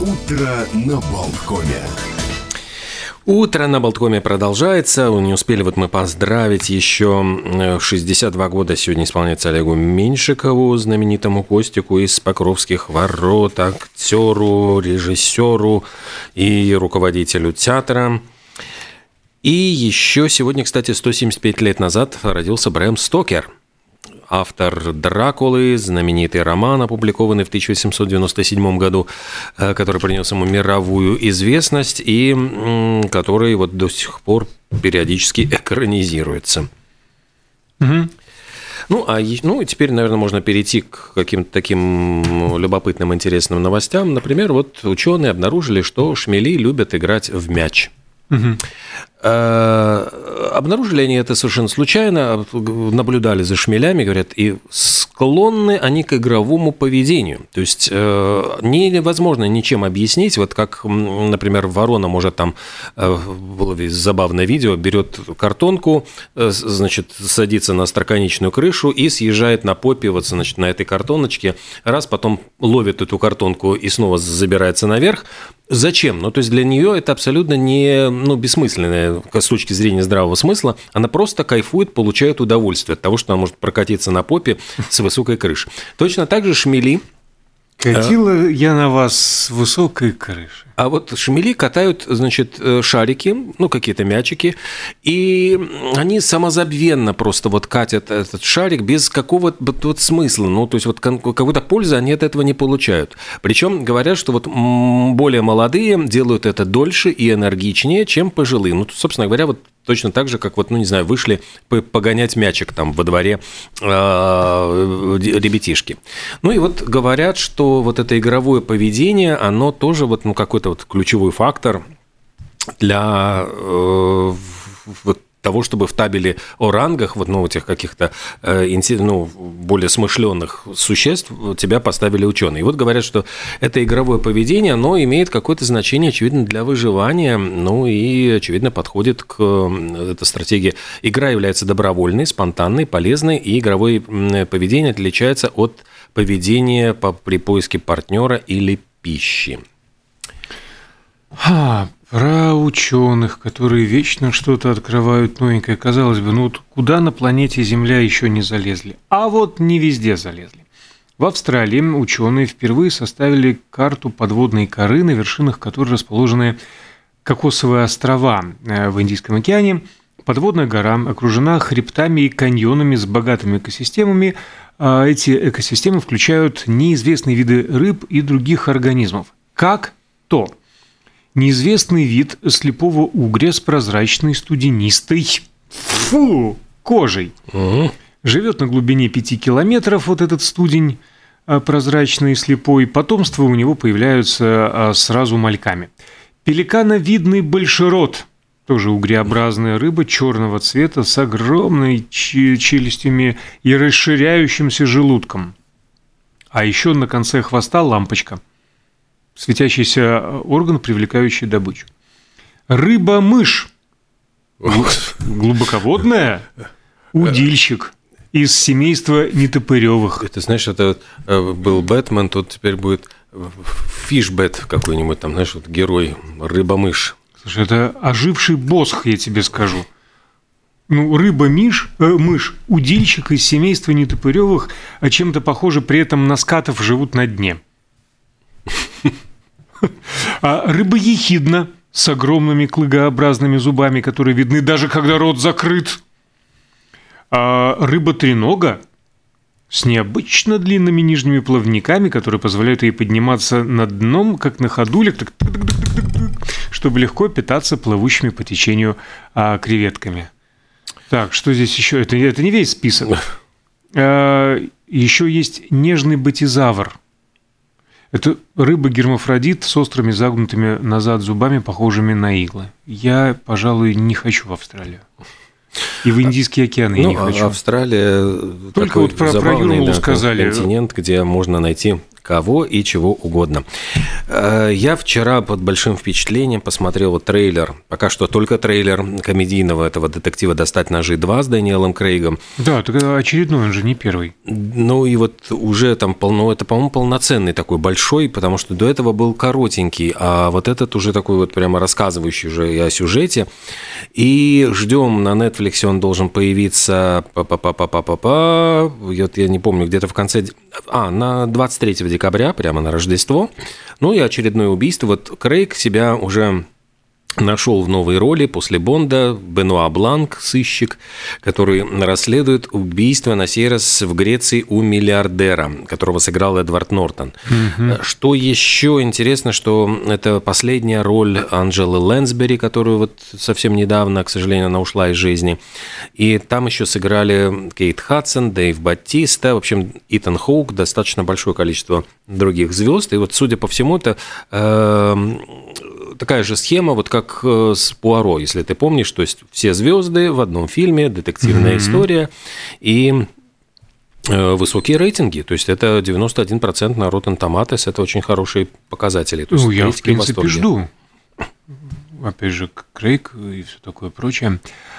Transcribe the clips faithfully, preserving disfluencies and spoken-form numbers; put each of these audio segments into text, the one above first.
Утро на Болткоме. Утро на Болткоме продолжается. Не успели вот мы поздравить еще шестьдесят два года сегодня исполняется Олегу Меньшикову, знаменитому Костику из Покровских ворот, актеру, режиссеру и руководителю театра. И еще сегодня, кстати, сто семьдесят пять лет назад родился Брэм Стокер, автор «Дракулы», знаменитый роман, опубликованный в тысяча восемьсот девяносто седьмом году, который принес ему мировую известность и который вот до сих пор периодически экранизируется. Угу. Ну, а ну, и теперь, наверное, можно перейти к каким-то таким любопытным, интересным новостям. Например, вот ученые обнаружили, что шмели любят играть в мяч. Угу. Обнаружили они это совершенно случайно, наблюдали за шмелями, говорят, и склонны они к игровому поведению. То есть невозможно ничем объяснить, вот как, например, ворона может там, было забавное видео, берет картонку, значит, садится на остроконечную крышу и съезжает на попе вот, значит, на этой картоночке, раз, потом ловит эту картонку и снова забирается наверх. Зачем? Ну, то есть для нее это абсолютно не, ну, бессмысленное с точки зрения здравого смысла. Она просто кайфует, получает удовольствие от того, что она может прокатиться на попе с высокой крыши. Точно так же шмели. Катила я на вас с высокой крыши. А вот шмели катают, значит, шарики, ну, какие-то мячики, и они самозабвенно просто вот катят этот шарик без какого-то вот смысла, ну, то есть вот какой-то пользы они от этого не получают. Причем говорят, что вот более молодые делают это дольше и энергичнее, чем пожилые. Ну, собственно говоря, вот точно так же, как вот, ну, не знаю, вышли погонять мячик там во дворе э, ребятишки. Ну, и вот говорят, что вот это игровое поведение, оно тоже вот, ну, какой-то вот ключевой фактор для э, вот того, чтобы в табеле о рангах, вот, ну, этих каких-то э, ну, более смышленных существ тебя поставили ученые. И вот говорят, что это игровое поведение, оно имеет какое-то значение, очевидно, для выживания, ну и, очевидно, подходит к этой стратегии. Игра является добровольной, спонтанной, полезной, и игровое поведение отличается от поведения по, при поиске партнера или пищи. А, про ученых, которые вечно что-то открывают новенькое. Казалось бы, ну вот куда на планете Земля еще не залезли? А вот не везде залезли. В Австралии ученые впервые составили карту подводной коры, на вершинах которой расположены Кокосовые острова в Индийском океане. Подводная гора окружена хребтами и каньонами с богатыми экосистемами. Эти экосистемы включают неизвестные виды рыб и других организмов. Как то неизвестный вид слепого угря с прозрачной студенистой фу, кожей. Угу. Живет на глубине пяти километров вот этот студень прозрачный и слепой. Потомство у него появляются сразу мальками. Пеликановидный большерот, тоже угреобразная рыба черного цвета с огромной челюстями и расширяющимся желудком. А еще на конце хвоста лампочка. Светящийся орган, привлекающий добычу. Рыба-мышь. Глубоководная. Удильщик. Из семейства нетопыревых. Это, знаешь, это был Бэтмен, тут теперь будет Фишбэт какой-нибудь там, знаешь, вот герой, рыба-мышь. Слушай, это оживший босх, я тебе скажу. Ну, рыба-мышь, э, мышь, удильщик из семейства нетопыревых, а чем-то похоже при этом на скатов живут на дне. А рыба ехидна с огромными клыкообразными зубами, которые видны даже когда рот закрыт. А рыба тренога с необычно длинными нижними плавниками, которые позволяют ей подниматься над дном, как на ходулях, чтобы легко питаться плывущими по течению а, креветками. Так, что здесь еще? Это, это не весь список. А, еще есть нежный батизавр. Это рыба-гермафродит с острыми загнутыми назад зубами, похожими на иглы. Я, пожалуй, не хочу в Австралию. И в Индийский океан я ну, не хочу. Австралия только такой вот про, забавный про Юрмалу да, сказали. Континент, где можно найти кого и чего угодно. Я вчера под большим впечатлением посмотрел вот трейлер, пока что только трейлер комедийного этого детектива «Достать ножи два» с Дэниелом Крейгом. Да, это очередной, он же не первый. Ну и вот уже там полно, это, по-моему, полноценный такой большой, потому что до этого был коротенький, а вот этот уже такой вот прямо рассказывающий уже и о сюжете. И ждем, на Netflix он должен появиться, па-па-па-па-па-па, вот я не помню, где-то в конце, а, на двадцать третьего декабря, прямо на Рождество. Ну и очередное убийство. Вот Крейг себя уже нашел в новой роли после Бонда. Бенуа Бланк, сыщик, который расследует убийство, на сей раз в Греции, у миллиардера, которого сыграл Эдвард Нортон. Mm-hmm. Что еще интересно, что это последняя роль Анджелы Лэнсбери, которую вот совсем недавно, к сожалению, она ушла из жизни. И там еще сыграли Кейт Хадсон, Дэйв Батиста, в общем, Итан Хоук, достаточно большое количество других звезд. И вот, судя по всему, это э, такая же схема, вот как с Пуаро, если ты помнишь, то есть все звезды в одном фильме, детективная mm-hmm. история и высокие рейтинги, то есть это девяносто один процент на Rotten Tomatoes, это очень хорошие показатели. То есть ну, я, в принципе, в жду. Опять же, Крейг и все такое прочее.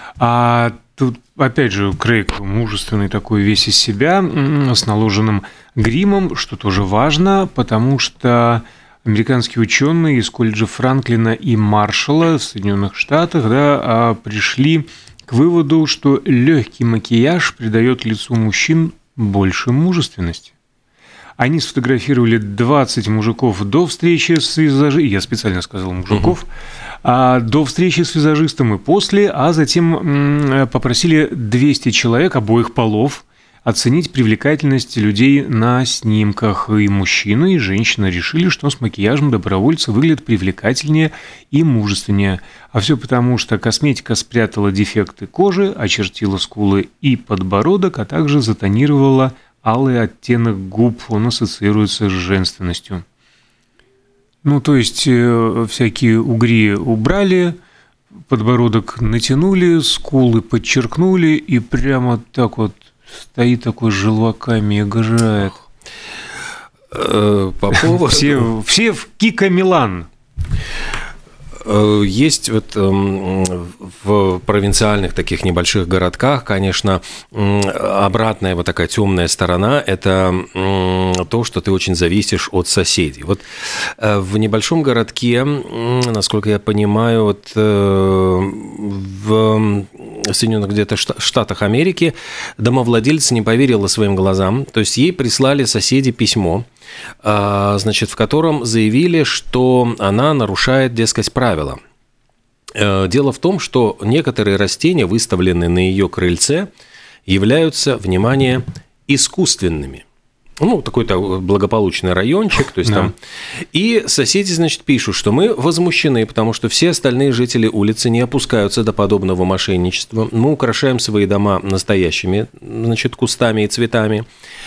А тут, опять же, Крейг мужественный такой, весь из себя, с наложенным гримом, что тоже важно, потому что американские ученые из колледжа Франклина и Маршалла в Соединенных Штатах да, пришли к выводу, что легкий макияж придает лицу мужчин больше мужественности. Они сфотографировали двадцать мужиков до встречи с визажистом, я специально сказал мужиков, угу. а до встречи с визажистом и после, а затем попросили двести человек обоих полов оценить привлекательность людей на снимках. И мужчина, и женщина решили, что с макияжем добровольцы выглядят привлекательнее и мужественнее. А все потому, что косметика спрятала дефекты кожи, очертила скулы и подбородок, а также затонировала алый оттенок губ. Он ассоциируется с женственностью. Ну, то есть, всякие угри убрали, подбородок натянули, скулы подчеркнули, и прямо так вот стоит такой с желваками и играет. По поводу... Все, все в Кика Милан. Есть вот в провинциальных таких небольших городках, конечно, обратная вот такая темная сторона – это то, что ты очень зависишь от соседей. Вот в небольшом городке, насколько я понимаю, вот в Соединенных где-то Штатах Америки домовладельца не поверила своим глазам, то есть ей прислали соседи письмо, значит, в котором заявили, что она нарушает, дескать, правила. Дело в том, что некоторые растения, выставленные на ее крыльце, являются, внимание, искусственными. Ну, такой-то благополучный райончик, то есть да. там. И соседи, значит, пишут, что мы возмущены, потому что все остальные жители улицы не опускаются до подобного мошенничества. Мы украшаем свои дома настоящими, значит, кустами и цветами.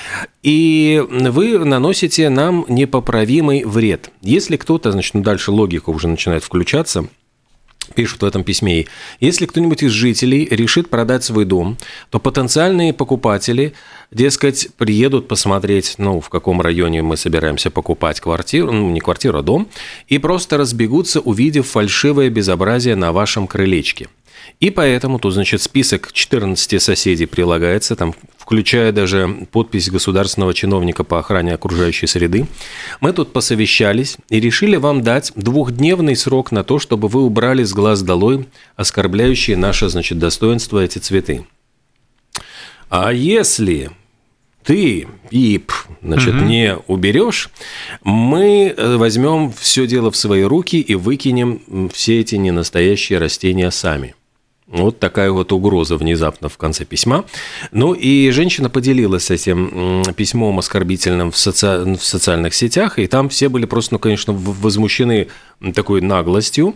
И вы наносите нам непоправимый вред. Если кто-то, значит, ну, дальше логика уже начинает включаться, пишут в этом письме, если кто-нибудь из жителей решит продать свой дом, то потенциальные покупатели, дескать, приедут посмотреть, ну, в каком районе мы собираемся покупать квартиру, ну, не квартиру, а дом, и просто разбегутся, увидев фальшивое безобразие на вашем крылечке. И поэтому тут, значит, список четырнадцати соседей прилагается, там, включая даже подпись государственного чиновника по охране окружающей среды. Мы тут посовещались и решили вам дать двухдневный срок на то, чтобы вы убрали с глаз долой оскорбляющие наше, значит, достоинство эти цветы. А если ты, Пип, значит, угу. не уберешь, мы возьмем все дело в свои руки и выкинем все эти ненастоящие растения сами. Вот такая вот угроза внезапно в конце письма. Ну и женщина поделилась этим письмом оскорбительным в, соци... в социальных сетях, и там все были просто, ну, конечно, возмущены такой наглостью.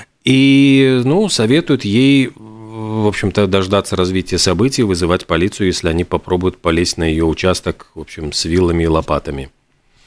И, ну, советуют ей, в общем-то, дождаться развития событий, вызывать полицию, если они попробуют полезть на ее участок, в общем, с вилами и лопатами.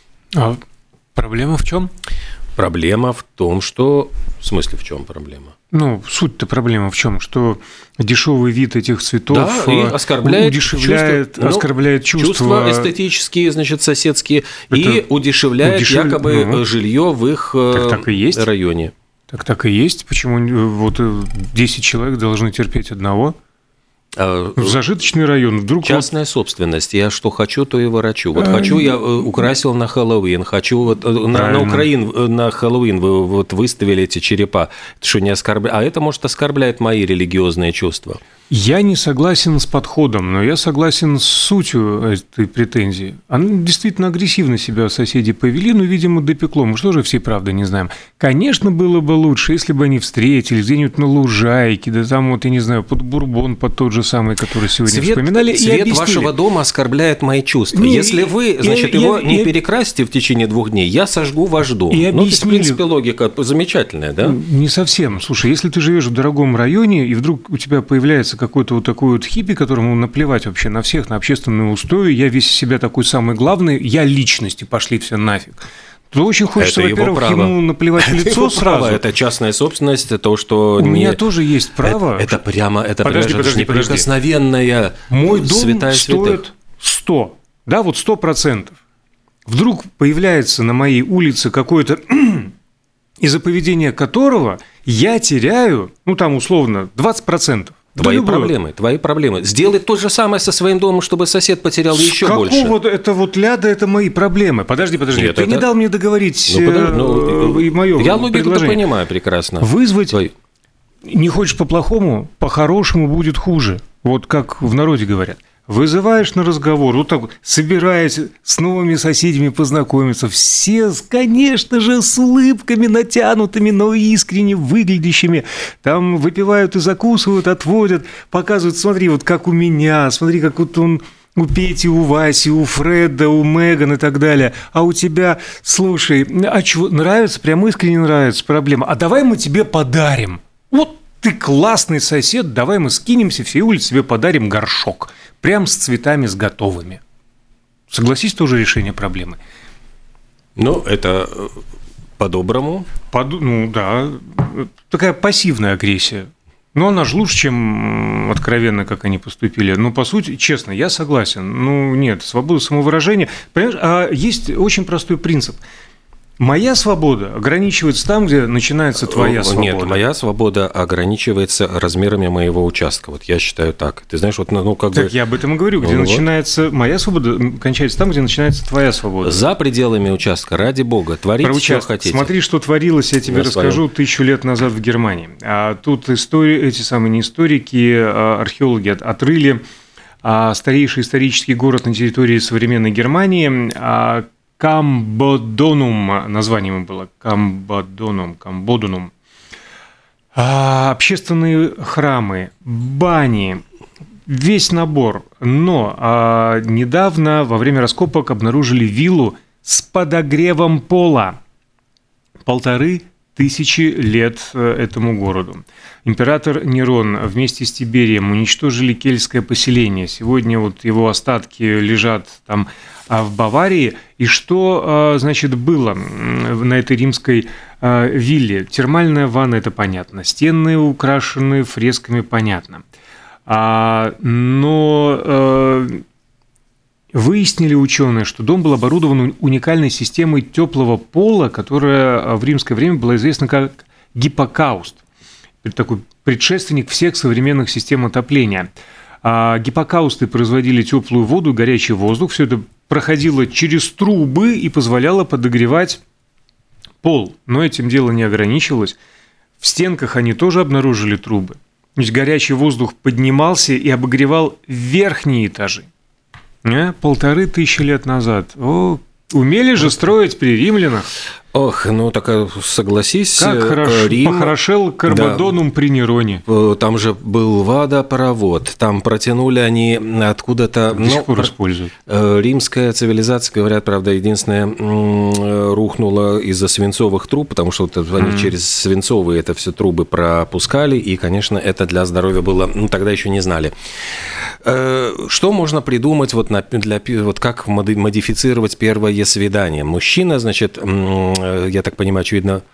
А проблема в чем? Проблема в том, что... В смысле, в чем проблема? Ну, суть-то проблема в чем? Что дешевый вид этих цветов да, и оскорбляет удешевляет, чувства, оскорбляет чувства... чувства эстетические, значит, соседские, это и удешевляет удешев... якобы ну, жилье в их так, так и есть. районе. Так так и есть. Почему вот десять человек должны терпеть одного? В зажиточный район вдруг... Частная вот... собственность. Я что хочу, то и ворочу. Вот а... хочу, я украсил на Хэллоуин. Хочу вот на, на Украину на Хэллоуин вы вот выставили эти черепа. Это что, не оскорбляет? А это, может, оскорбляет мои религиозные чувства. Я не согласен с подходом, но я согласен с сутью этой претензии. Они действительно агрессивно себя соседи повели, но, видимо, допекло. Мы что же все правды не знаем? Конечно, было бы лучше, если бы они встретились где-нибудь на лужайке, да там вот, я не знаю, под бурбон, под тот же самый, который сегодня цвет, вспоминали. Цвет вашего дома оскорбляет мои чувства. Не, если вы, значит, я, его я, не я, перекрасите в течение двух дней, я сожгу ваш дом. И ну, объяснили... в принципе, логика замечательная, да? Не совсем. Слушай, если ты живешь в дорогом районе, и вдруг у тебя появляется какой-то вот такой вот хиппи, которому наплевать вообще на всех, на общественные устои, я весь из себя такой самый главный, я личности, пошли все нафиг. То очень хочется, это во-первых, ему наплевать в лицо сразу. Это частная собственность, то, что... У не... меня тоже есть право. Это, это прямо, это подожди, прямо подожди, неприкосновенная Мой дом святая стоит святых. сто, да, вот сто процентов. Вдруг появляется на моей улице какое-то... из-за поведения которого я теряю, ну, там, условно, двадцать процентов. Твои да проблемы, твои проблемы. Сделай то же самое со своим домом, чтобы сосед потерял еще какого больше. Вот это вот ляда, это мои проблемы. Подожди, подожди. Нет, ты это... не дал мне договорить ну, подожди, ну, и мое я логику-то понимаю прекрасно. Вызвать... Твой... Не хочешь по-плохому, по-хорошему будет хуже. Вот как в народе говорят. Вызываешь на разговор, вот так вот, собираешь с новыми соседями познакомиться. Все, конечно же, с улыбками натянутыми, но искренне выглядящими. Там выпивают и закусывают, отводят, показывают, смотри, вот как у меня, смотри, как вот он... у Пети, у Васи, у Фреда, у Меган и так далее. А у тебя, слушай, а чего, нравится, прям искренне нравится, проблема. А давай мы тебе подарим. Вот ты классный сосед, давай мы скинемся, всей улице тебе подарим горшок. Прям с цветами, с готовыми. Согласись, тоже решение проблемы. Ну, это по-доброму. Под... Ну, да. Такая пассивная агрессия. Но она же лучше, чем откровенно, как они поступили. Но, по сути, честно, я согласен. Ну, нет, свобода самовыражения. Понимаешь, а есть очень простой принцип. Моя свобода ограничивается там, где начинается твоя свобода. Нет, моя свобода ограничивается размерами моего участка. Вот я считаю так. Ты знаешь, вот, ну, как так бы... я об этом и говорю. Где ну, начинается... Вот. Моя свобода кончается там, где начинается твоя свобода. За пределами участка, ради бога, творите, Про что хотите. Смотри, что творилось, я тебе я расскажу, тысячу лет назад в Германии. А тут истории, эти самые не историки, а археологи отрыли старейший исторический город на территории современной Германии, Камбодонум, название ему было, Камбодонум, Камбодонум. А, общественные храмы, бани, весь набор. Но а, недавно во время раскопок обнаружили виллу с подогревом пола. Полторы тысячи лет этому городу. Император Нерон вместе с Тиберием уничтожили кельтское поселение. Сегодня вот его остатки лежат там в Баварии. И что, значит, было на этой римской вилле? Термальная ванна, это понятно. Стены украшены фресками, понятно. Но выяснили ученые, что дом был оборудован уникальной системой теплого пола, которая в римское время была известна как гиппокауст. Это такой предшественник всех современных систем отопления. А гиппокаусты производили теплую воду, горячий воздух. Все это проходило через трубы и позволяло подогревать пол. Но этим дело не ограничилось. В стенках они тоже обнаружили трубы. То есть горячий воздух поднимался и обогревал верхние этажи. А? Полторы тысячи лет назад. О, умели же строить при римлянах. Ох, ну так согласись, как хорошо, Рим... похорошел Карбодонум, да, при Нероне. Там же был водопровод, там протянули они откуда-то... До сих пор ну, используют. Римская цивилизация, говорят, правда, единственная, рухнула из-за свинцовых труб, потому что вот они mm. через свинцовые это все трубы пропускали, и, конечно, это для здоровья было... Ну, тогда еще не знали. Что можно придумать вот для... Вот как модифицировать первое свидание? Мужчина, значит... Я так понимаю, очевидно,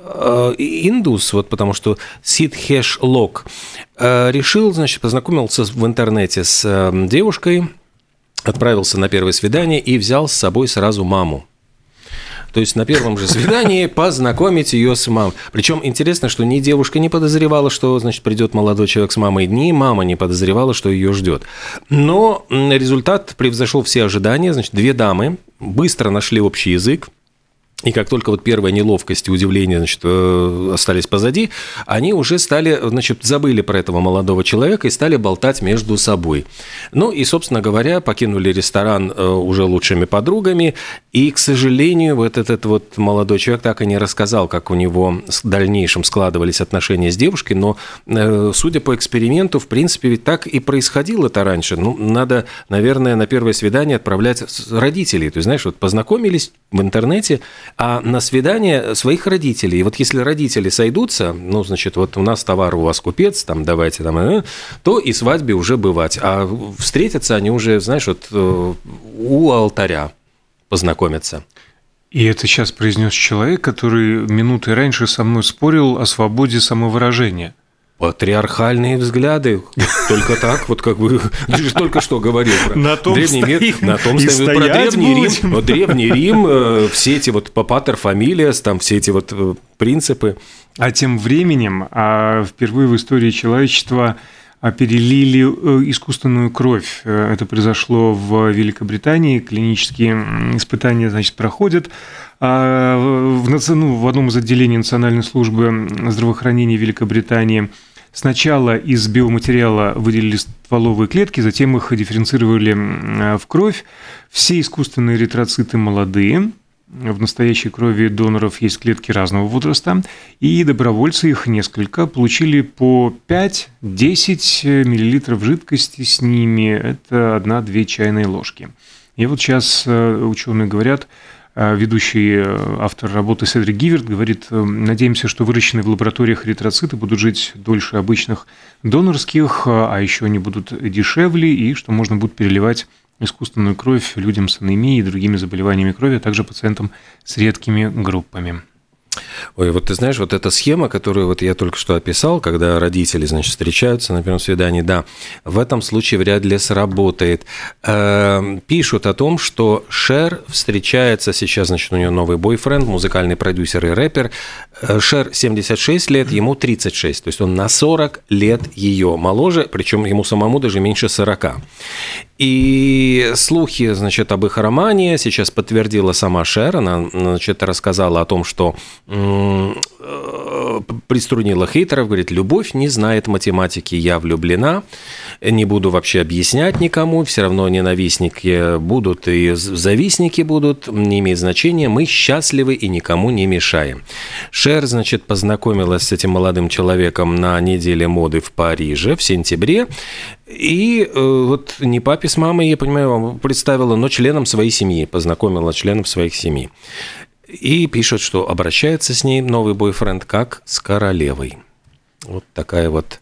индус, вот потому что Сидхеш Лок, решил, значит, познакомился в интернете с девушкой, отправился на первое свидание и взял с собой сразу маму. То есть на первом же свидании познакомить ее с мамой. Причем интересно, что ни девушка не подозревала, что, значит, придет молодой человек с мамой, ни мама не подозревала, что ее ждет. Но результат превзошел все ожидания. Значит, две дамы быстро нашли общий язык. И как только вот первая неловкость и удивление, значит, остались позади, они уже стали, значит, забыли про этого молодого человека и стали болтать между собой. Ну и, собственно говоря, покинули ресторан уже лучшими подругами. И, к сожалению, вот этот вот молодой человек так и не рассказал, как у него в дальнейшем складывались отношения с девушкой. Но, судя по эксперименту, в принципе, ведь так и происходило это раньше. Ну, надо, наверное, на первое свидание отправлять родителей. То есть, знаешь, вот познакомились в интернете, а на свидание своих родителей. И вот если родители сойдутся, ну, значит, вот у нас товар, у вас купец, там, давайте, там, то и свадьбе уже бывать. А встретятся они уже, знаешь, вот у алтаря познакомятся. И это сейчас произнес человек, который минуты раньше со мной спорил о свободе самовыражения. Патриархальные взгляды. Только так, вот как бы... Ты же только что говорил про на том Древний стоим, мир. На том и стоим. Про Древний будем. Рим. Древний Рим, все эти вот патер фамилиас, там все эти вот принципы. А тем временем впервые в истории человечества перелили искусственную кровь. Это произошло в Великобритании. Клинические испытания, значит, проходят. В, ну, в одном из отделений Национальной службы здравоохранения Великобритании сначала из биоматериала выделили стволовые клетки, затем их дифференцировали в кровь. Все искусственные эритроциты молодые. В настоящей крови доноров есть клетки разного возраста, и добровольцы, их несколько, получили по пять-десять миллилитров жидкости с ними. Это одна-две чайные ложки. И вот сейчас ученые говорят, ведущий автор работы Седрик Гиверт говорит: надеемся, что выращенные в лабораториях эритроциты будут жить дольше обычных донорских, а еще они будут дешевле, и что можно будет переливать искусственную кровь людям с анемией и другими заболеваниями крови, а также пациентам с редкими группами. Ой, вот ты знаешь, вот эта схема, которую вот я только что описал, когда родители, значит, встречаются на первом свидании, да, в этом случае вряд ли сработает. Пишут о том, что Шер встречается сейчас, значит, у нее новый бойфренд, музыкальный продюсер и рэпер. Шер семьдесят шесть лет, ему тридцать шесть, то есть он на сорок лет ее моложе, причем ему самому даже меньше сорока. И слухи, значит, об их романе сейчас подтвердила сама Шер. Она, значит, рассказала о том, что приструнила хейтеров, говорит: любовь не знает математики, я влюблена, не буду вообще объяснять никому, все равно ненавистники будут и завистники будут, не имеет значения, мы счастливы и никому не мешаем. Шер, значит, познакомилась с этим молодым человеком на неделе моды в Париже в сентябре, и э, вот не папе с мамой, я понимаю, представила, но членам своей семьи, познакомила членов своих семей. И пишет, что обращается с ней новый бойфренд как с королевой. Вот такая вот...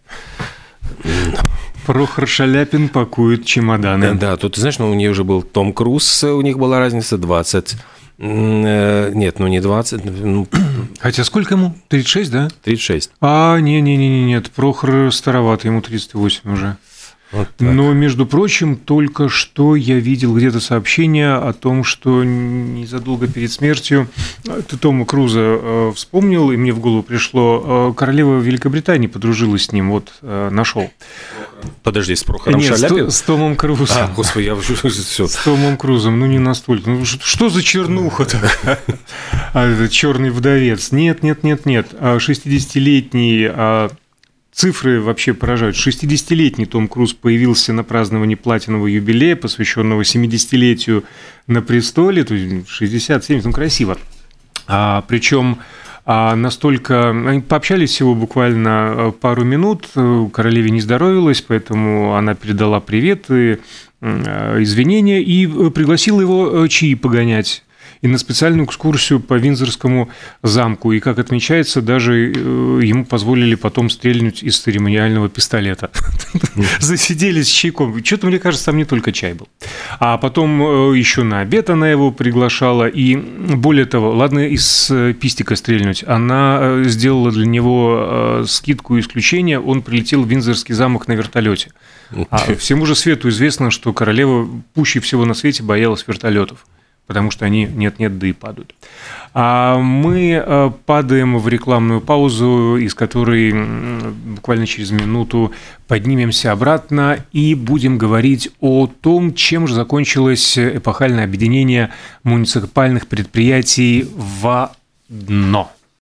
Прохор Шаляпин пакует чемоданы. Да, тут, знаешь, ну, у нее уже был Том Круз, у них была разница двадцать. Нет, ну не двадцать. Ну... Хотя сколько ему? тридцать шесть, да? тридцать шесть. А, не-не-не, нет, Прохор староват, ему тридцать восемь уже. Вот но, между прочим, только что я видел где-то сообщение о том, что незадолго перед смертью, ты Тома Круза э, вспомнил, и мне в голову пришло, э, королева Великобритании подружилась с ним, вот, э, нашел. Подожди, с Прохором Нет, Шаляпин? С, с Томом Крузом. А, господи, я уже все. С Томом Крузом, ну не настолько. Ну что за чернуха такая? А это черный вдовец. Нет, нет, нет, нет. шестидесятилетний... Цифры вообще поражают. шестидесятилетний Том Круз появился на праздновании платинового юбилея, посвященного семидесятилетию на престоле, то есть шестьдесят семь, ну красиво. А, причем а, настолько... Они пообщались всего буквально пару минут, королеве не здоровилась, поэтому она передала привет и извинения и пригласила его чаи погонять. и на специальную экскурсию по Виндзорскому замку. И, как отмечается, даже ему позволили потом стрельнуть из церемониального пистолета. Засиделись с чайком. Что-то, мне кажется, там не только чай был. А потом еще на обед она его приглашала. И более того, ладно, из пистика стрельнуть, она сделала для него скидку и исключение. Он прилетел в Виндзорский замок на вертолете. А всему же свету известно, что королева пуще всего на свете боялась вертолетов, потому что они нет-нет, да и падают. А мы падаем в рекламную паузу, из которой буквально через минуту поднимемся обратно и будем говорить о том, чем же закончилось эпохальное объединение муниципальных предприятий в одно.